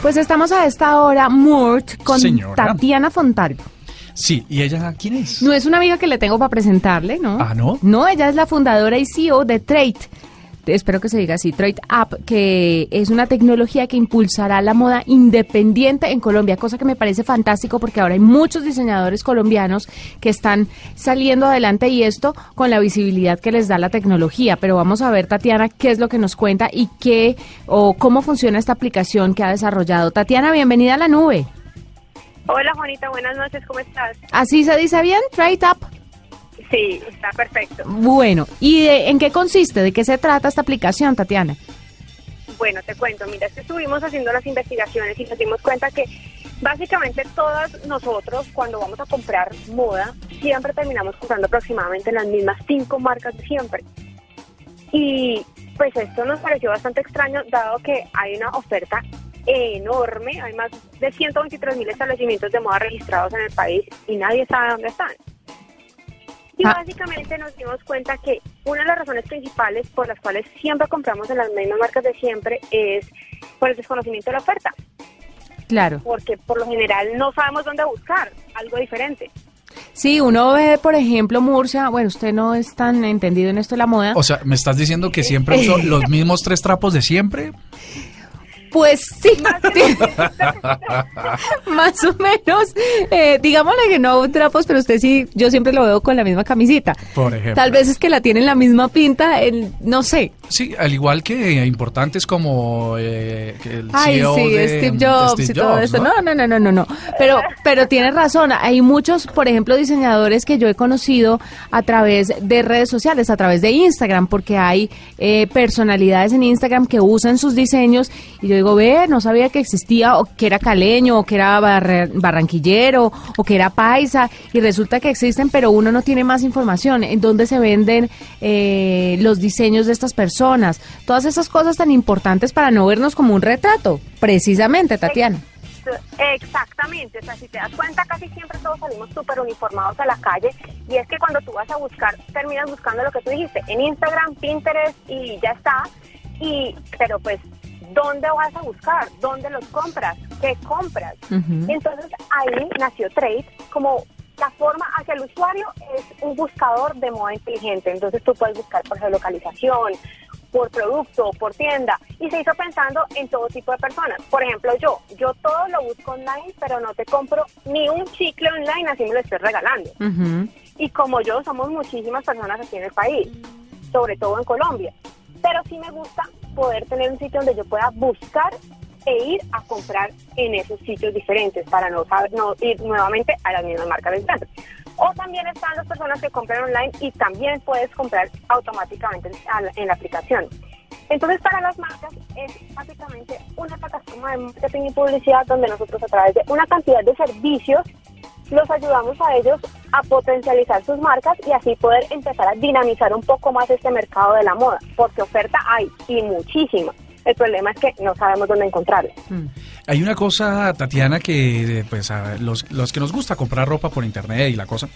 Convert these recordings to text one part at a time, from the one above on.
Pues estamos a esta hora, Murt, con Señora. Tatiana Fontalvo. Sí, ¿y ella quién es? No es una amiga que le tengo para presentarle, ¿no? Ah, ¿no? No, ella es la fundadora y CEO de Trade. Espero que se diga así, Trade App, que es una tecnología que impulsará la moda independiente en Colombia, cosa que me parece fantástico porque ahora hay muchos diseñadores colombianos que están saliendo adelante y esto con la visibilidad que les da la tecnología. Pero vamos a ver, Tatiana, qué es lo que nos cuenta y qué o cómo funciona esta aplicación que ha desarrollado. Tatiana, bienvenida a la nube. Hola Juanita, buenas noches, ¿cómo estás? ¿Así se dice bien? Trade App. Sí, está perfecto. Bueno, ¿y en qué consiste? ¿De qué se trata esta aplicación, Tatiana? Bueno, te cuento, mira, es que estuvimos haciendo las investigaciones y nos dimos cuenta que básicamente todas nosotros cuando vamos a comprar moda siempre terminamos comprando aproximadamente las mismas 5 marcas de siempre. Y pues esto nos pareció bastante extraño dado que hay una oferta enorme, hay más de 123.000 establecimientos de moda registrados en el país y nadie sabe dónde están. Y básicamente nos dimos cuenta que una de las razones principales por las cuales siempre compramos en las mismas marcas de siempre es por el desconocimiento de la oferta. Claro. Porque por lo general no sabemos dónde buscar algo diferente. Sí, uno ve, por ejemplo, Murcia, bueno, usted no es tan entendido en esto de la moda. O sea, ¿me estás diciendo que siempre uso los mismos 3 trapos de siempre? Pues sí, más o menos, digámosle que no trapos, pero usted sí, yo siempre lo veo con la misma camisita. Por ejemplo. Tal vez es que la tienen la misma pinta, no sé. Sí, al igual que importantes como el Ay, CEO sí, de Steve Jobs Steve y todo Jobs, eso. ¿no? No. Pero tienes razón. Hay muchos, por ejemplo, diseñadores que yo he conocido a través de redes sociales, a través de Instagram, porque hay personalidades en Instagram que usan sus diseños y yo digo, no sabía que existía, o que era caleño, o que era barranquillero, o que era paisa, y resulta que existen, pero uno no tiene más información. ¿En dónde se venden los diseños de estas personas? Todas esas cosas tan importantes para no vernos como un retrato, precisamente, Tatiana. Exactamente, o sea, si te das cuenta, casi siempre todos salimos súper uniformados a la calle, y es que cuando tú vas a buscar, terminas buscando lo que tú dijiste, en Instagram, Pinterest, y ya está, pero pues, ¿dónde vas a buscar? ¿Dónde los compras? ¿Qué compras? Uh-huh. Entonces ahí nació Trade como la forma hacia el usuario es un buscador de moda inteligente. Entonces tú puedes buscar por geolocalización, por producto, por tienda, y se hizo pensando en todo tipo de personas. Por ejemplo, yo todo lo busco online, pero no te compro ni un chicle online, así me lo estoy regalando. Uh-huh. Y como yo, somos muchísimas personas aquí en el país, sobre todo en Colombia. Pero sí me gusta poder tener un sitio donde yo pueda buscar e ir a comprar en esos sitios diferentes para no ir nuevamente a las mismas marcas de siempre. O también están las personas que compran online y también puedes comprar automáticamente en la aplicación. Entonces, para las marcas es básicamente una plataforma de marketing y publicidad donde nosotros a través de una cantidad de servicios los ayudamos a ellos a potencializar sus marcas y así poder empezar a dinamizar un poco más este mercado de la moda, porque oferta hay y muchísima. El problema es que no sabemos dónde encontrarla. Hay una cosa, Tatiana, que pues a los que nos gusta comprar ropa por internet y la cosa,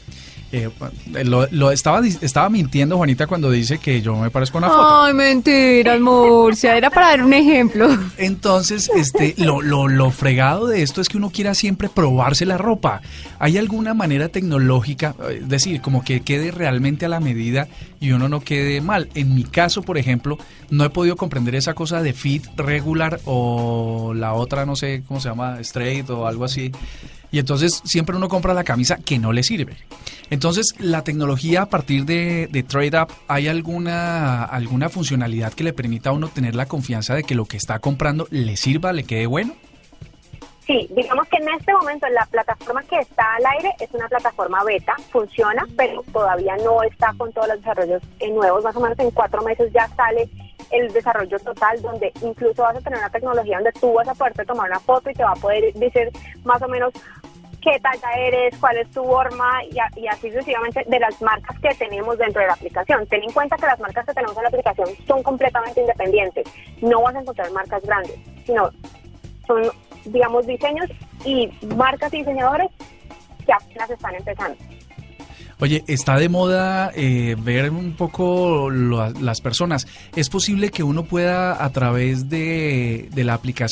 estaba mintiendo Juanita cuando dice que yo me parezco a una foto. Ay, mentiras, Murcia, era para dar un ejemplo. Entonces, lo fregado de esto es que uno quiera siempre probarse la ropa. ¿Hay alguna manera tecnológica, es decir, como que quede realmente a la medida y uno no quede mal? En mi caso, por ejemplo, no he podido comprender esa cosa de fit regular o la otra, no sé cómo se llama, straight o algo así. Y entonces siempre uno compra la camisa que no le sirve. Entonces, la tecnología a partir de Trade App, ¿hay alguna funcionalidad que le permita a uno tener la confianza de que lo que está comprando le sirva, le quede bueno? Sí, digamos que en este momento la plataforma que está al aire es una plataforma beta, funciona, pero todavía no está con todos los desarrollos nuevos. Más o menos en 4 meses ya sale el desarrollo total, donde incluso vas a tener una tecnología donde tú vas a poderte tomar una foto y te va a poder decir más o menos qué talla eres, cuál es tu forma y así sucesivamente de las marcas que tenemos dentro de la aplicación. Ten en cuenta que las marcas que tenemos en la aplicación son completamente independientes. No vas a encontrar marcas grandes, sino son, digamos, diseños y marcas y diseñadores que apenas están empezando. Oye, está de moda ver un poco las personas. ¿Es posible que uno pueda a través de la aplicación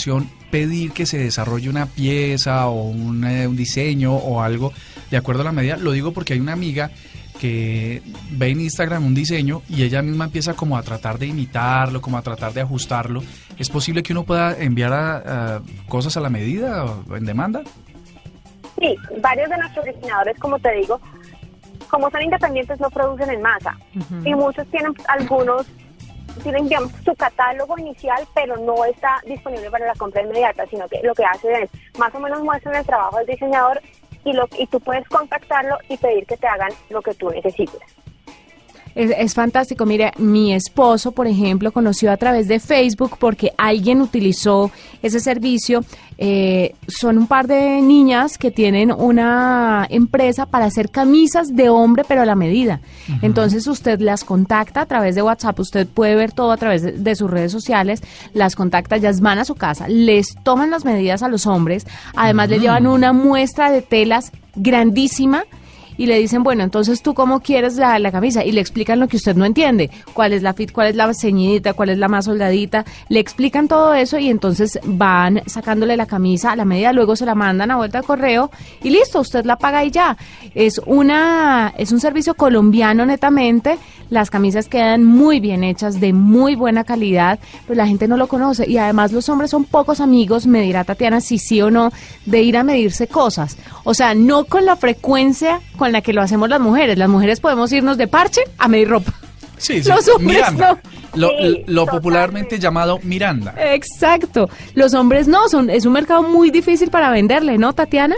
pedir que se desarrolle una pieza o un diseño o algo de acuerdo a la medida. Lo digo porque hay una amiga que ve en Instagram un diseño y ella misma empieza como a tratar de imitarlo, como a tratar de ajustarlo. ¿Es posible que uno pueda enviar a cosas a la medida o en demanda? Sí, varios de nuestros diseñadores, como te digo, como son independientes, no producen en masa. Y muchos tienen, algunos tienen, digamos, su catálogo inicial, pero no está disponible para la compra inmediata, sino que lo que hacen es, más o menos muestran el trabajo del diseñador y tú puedes contactarlo y pedir que te hagan lo que tú necesites. Es fantástico. Mire, mi esposo, por ejemplo, conoció a través de Facebook porque alguien utilizó ese servicio. Son un par de niñas que tienen una empresa para hacer camisas de hombre, pero a la medida. Entonces usted las contacta a través de WhatsApp, usted puede ver todo a través de sus redes sociales, las contacta, ellas van a su casa, les toman las medidas a los hombres, además le llevan una muestra de telas grandísima, y le dicen, bueno, entonces tú cómo quieres la camisa, y le explican lo que usted no entiende, cuál es la fit, cuál es la ceñidita, cuál es la más soldadita, le explican todo eso y entonces van sacándole la camisa a la medida, luego se la mandan a vuelta de correo y listo, usted la paga y ya. Es un servicio colombiano netamente, las camisas quedan muy bien hechas, de muy buena calidad, pero la gente no lo conoce y además los hombres son pocos amigos, me dirá Tatiana si sí o no, de ir a medirse cosas, o sea, no con la frecuencia con la que lo hacemos las mujeres podemos irnos de parche a medir ropa. Sí, sí. Los hombres Miranda, no. lo popularmente llamado Miranda. Exacto, los hombres no, es un mercado muy difícil para venderle, ¿no, Tatiana?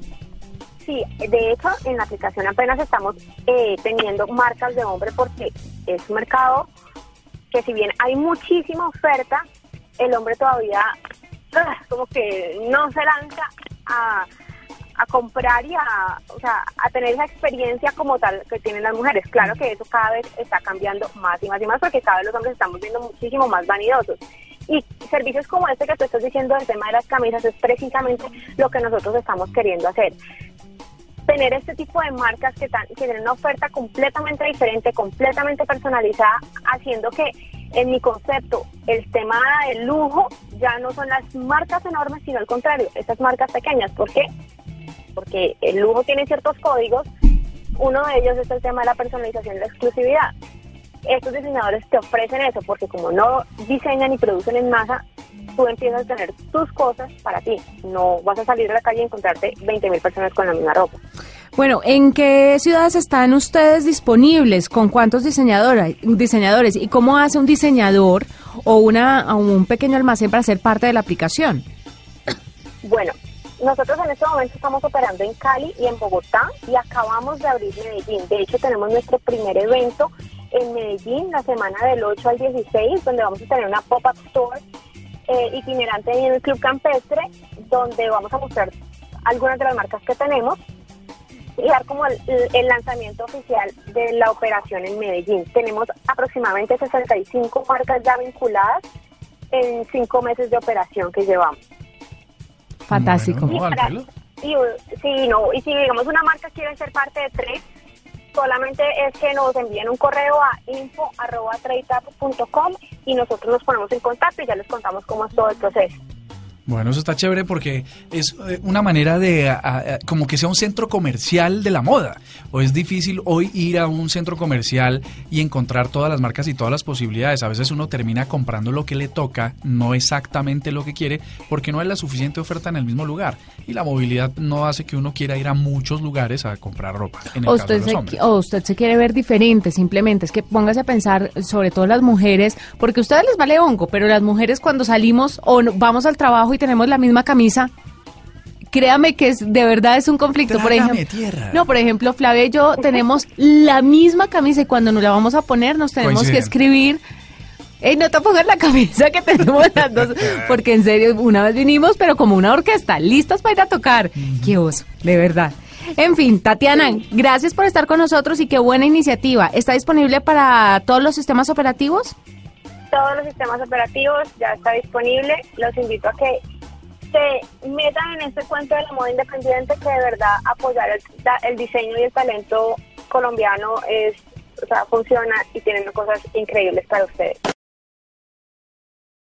Sí, de hecho, en la aplicación apenas estamos teniendo marcas de hombre porque es un mercado que si bien hay muchísima oferta, el hombre todavía como que no se lanza a comprar y a tener esa experiencia como tal que tienen las mujeres. Claro que eso cada vez está cambiando más y más y más porque cada vez los hombres estamos viendo muchísimo más vanidosos. Y servicios como este que tú estás diciendo del tema de las camisas es precisamente lo que nosotros estamos queriendo hacer. Tener este tipo de marcas que tienen una oferta completamente diferente, completamente personalizada, haciendo que en mi concepto el tema del lujo ya no son las marcas enormes, sino al contrario, estas marcas pequeñas. ¿Por qué? Porque el lujo tiene ciertos códigos, uno de ellos es el tema de la personalización y la exclusividad. Estos diseñadores te ofrecen eso, porque como no diseñan y producen en masa, tú empiezas a tener tus cosas para ti. No vas a salir a la calle y encontrarte 20.000 personas con la misma ropa. Bueno, ¿en qué ciudades están ustedes disponibles? ¿Con cuántos diseñadores? ¿Y cómo hace un diseñador o un pequeño almacén para ser parte de la aplicación? Bueno, nosotros en este momento estamos operando en Cali y en Bogotá y acabamos de abrir Medellín. De hecho, tenemos nuestro primer evento en Medellín la semana del 8 al 16, donde vamos a tener una pop-up store itinerante en el Club Campestre, donde vamos a mostrar algunas de las marcas que tenemos y dar como el lanzamiento oficial de la operación en Medellín. Tenemos aproximadamente 65 marcas ya vinculadas en 5 meses de operación que llevamos. Fantástico. Bueno, y si digamos una marca quiere ser parte de Trade, solamente es que nos envíen un correo a info@tradetap.com y nosotros nos ponemos en contacto y ya les contamos cómo es todo el proceso. Bueno, eso está chévere porque es una manera de como que sea un centro comercial de la moda. O es difícil hoy ir a un centro comercial y encontrar todas las marcas y todas las posibilidades. A veces uno termina comprando lo que le toca, no exactamente lo que quiere, porque no hay la suficiente oferta en el mismo lugar. Y la movilidad no hace que uno quiera ir a muchos lugares a comprar ropa. En el caso de los hombres. O usted se quiere ver diferente, simplemente. Es que póngase a pensar, sobre todo las mujeres, porque a ustedes les vale hongo, pero las mujeres cuando salimos o vamos al trabajo y tenemos la misma camisa, créame que de verdad es un conflicto. Por ejemplo, Flavia y yo tenemos la misma camisa y cuando nos la vamos a poner nos tenemos que escribir: "Ey, no te pongas la camisa que tenemos las dos", porque en serio, una vez vinimos, pero como una orquesta, listas para ir a tocar. Qué oso, de verdad. En fin, Tatiana, gracias por estar con nosotros y qué buena iniciativa. ¿Está disponible para todos los sistemas operativos? Todos los sistemas operativos ya está disponible. Los invito a que se metan en este cuento de la moda independiente, que de verdad apoyar el diseño y el talento colombiano funciona y tienen cosas increíbles para ustedes.